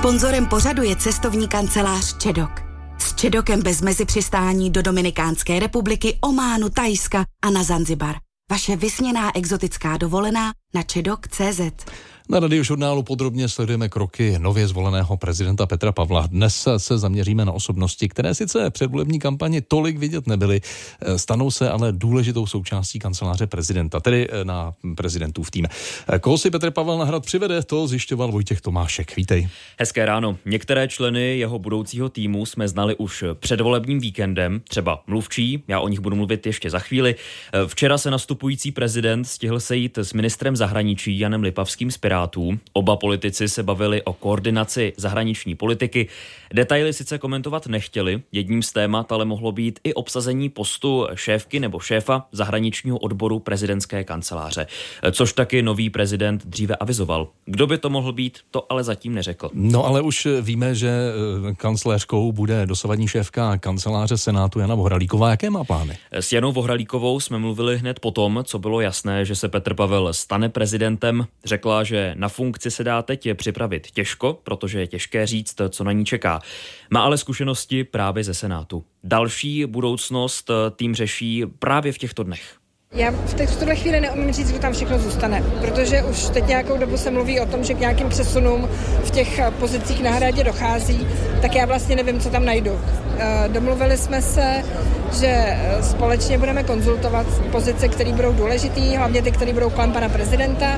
Sponzorem pořadu je cestovní kancelář Čedok. S Čedokem bez mezi přistání do Dominikánské republiky, Ománu, Thajska a na Zanzibar. Vaše vysněná exotická dovolená na čedok.cz. Na Radiožurnálu podrobně sledujeme kroky nově zvoleného prezidenta Petra Pavla. Dnes se zaměříme na osobnosti, které sice předvolební kampani tolik vidět nebyly, stanou se ale důležitou součástí kanceláře prezidenta, tedy na prezidentův tým. Koho si Petr Pavel na Hrad přivede, to zjišťoval Vojtěch Tomášek. Vítej. Hezké ráno. Některé členy jeho budoucího týmu jsme znali už předvolebním víkendem, třeba mluvčí, já o nich budu mluvit ještě za chvíli. Včera se nastupující prezident stihl sejít s ministrem zahraničí Janem Lipavským z Pirátů. Oba politici se bavili o koordinaci zahraniční politiky. Detaily sice komentovat nechtěli, jedním z témat ale mohlo být i obsazení postu šéfky nebo šéfa zahraničního odboru prezidentské kanceláře, což taky nový prezident dříve avizoval. Kdo by to mohl být, to ale zatím neřekl. No ale už víme, že kancléřkou bude dosavadní šéfka kanceláře Senátu Jana Vohralíková. Jaké má plány? S Janou Vohralíkovou jsme mluvili hned potom, co bylo jasné, že se Petr Pavel stane prezidentem. Řekla, že na funkci se dá teď připravit těžko, protože je těžké říct, co na ní čeká. Má ale zkušenosti právě ze Senátu. Další budoucnost tým řeší právě v těchto dnech. Já v tuhle chvíli neumím říct, kdo tam všechno zůstane, protože už teď nějakou dobu se mluví o tom, že k nějakým přesunům v těch pozicích na Hradě dochází, tak já vlastně nevím, co tam najdu. Domluvili jsme se, že společně budeme konzultovat pozice, které budou důležitý, hlavně ty, které budou kolem pana prezidenta,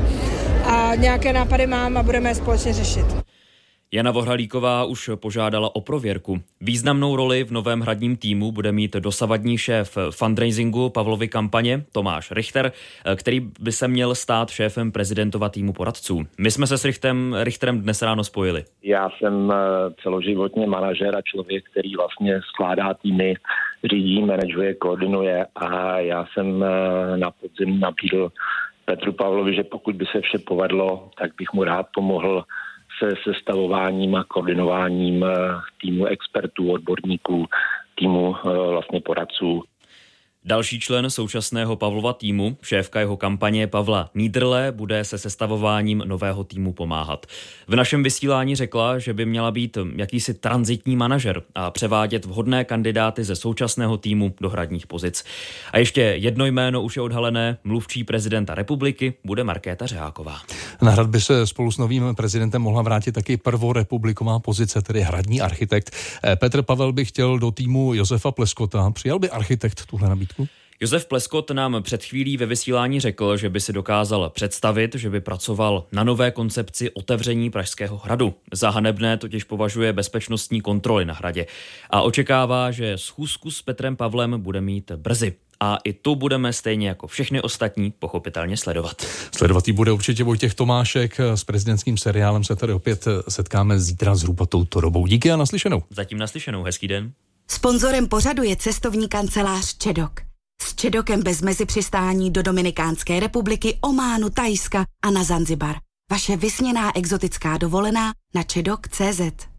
a nějaké nápady mám a budeme je společně řešit. Jana Vohralíková už požádala o prověrku. Významnou roli v novém hradním týmu bude mít dosavadní šéf fundraisingu Pavlovy kampaně Tomáš Richter, který by se měl stát šéfem prezidentova týmu poradců. My jsme se s Richterem dnes ráno spojili. Já jsem celoživotně manažer a člověk, který vlastně skládá týmy, řídí, manažuje, koordinuje, a já jsem na podzim nabídl Petru Pavlovi, že pokud by se vše povedlo, tak bych mu rád pomohl se sestavováním a koordinováním týmu expertů, odborníků, týmu vlastně poradců. Další člen současného Pavlova týmu, šéfka jeho kampaně Pavla Niederle, bude se sestavováním nového týmu pomáhat. V našem vysílání řekla, že by měla být jakýsi tranzitní manažer a převádět vhodné kandidáty ze současného týmu do hradních pozic. A ještě jedno jméno už je odhalené, mluvčí prezidenta republiky bude Markéta Řeháková. Na Hrad by se spolu s novým prezidentem mohla vrátit taky prvorepubliková pozice, tedy hradní architekt. Petr Pavel by chtěl do týmu Josefa Pleskota. Přijal by architekt tuhle nabídku? Josef Pleskot nám před chvílí ve vysílání řekl, že by si dokázal představit, že by pracoval na nové koncepci otevření Pražského hradu. Za hanebné totiž považuje bezpečnostní kontroly na hradě a očekává, že schůzku s Petrem Pavlem bude mít brzy. A i tu budeme stejně jako všechny ostatní pochopitelně sledovat. Sledovat bude určitě Vojtěch Tomášek. S prezidentským seriálem se tady opět setkáme zítra zhruba touto dobou. Díky a naslyšenou. Zatím naslyšenou. Hezký den. Sponzorem pořadu je cestovní kancelář Čedok. S Čedokem bez mezi přistání do Dominikánské republiky, Ománu, Thajska a na Zanzibar. Vaše vysněná exotická dovolená na čedok.cz.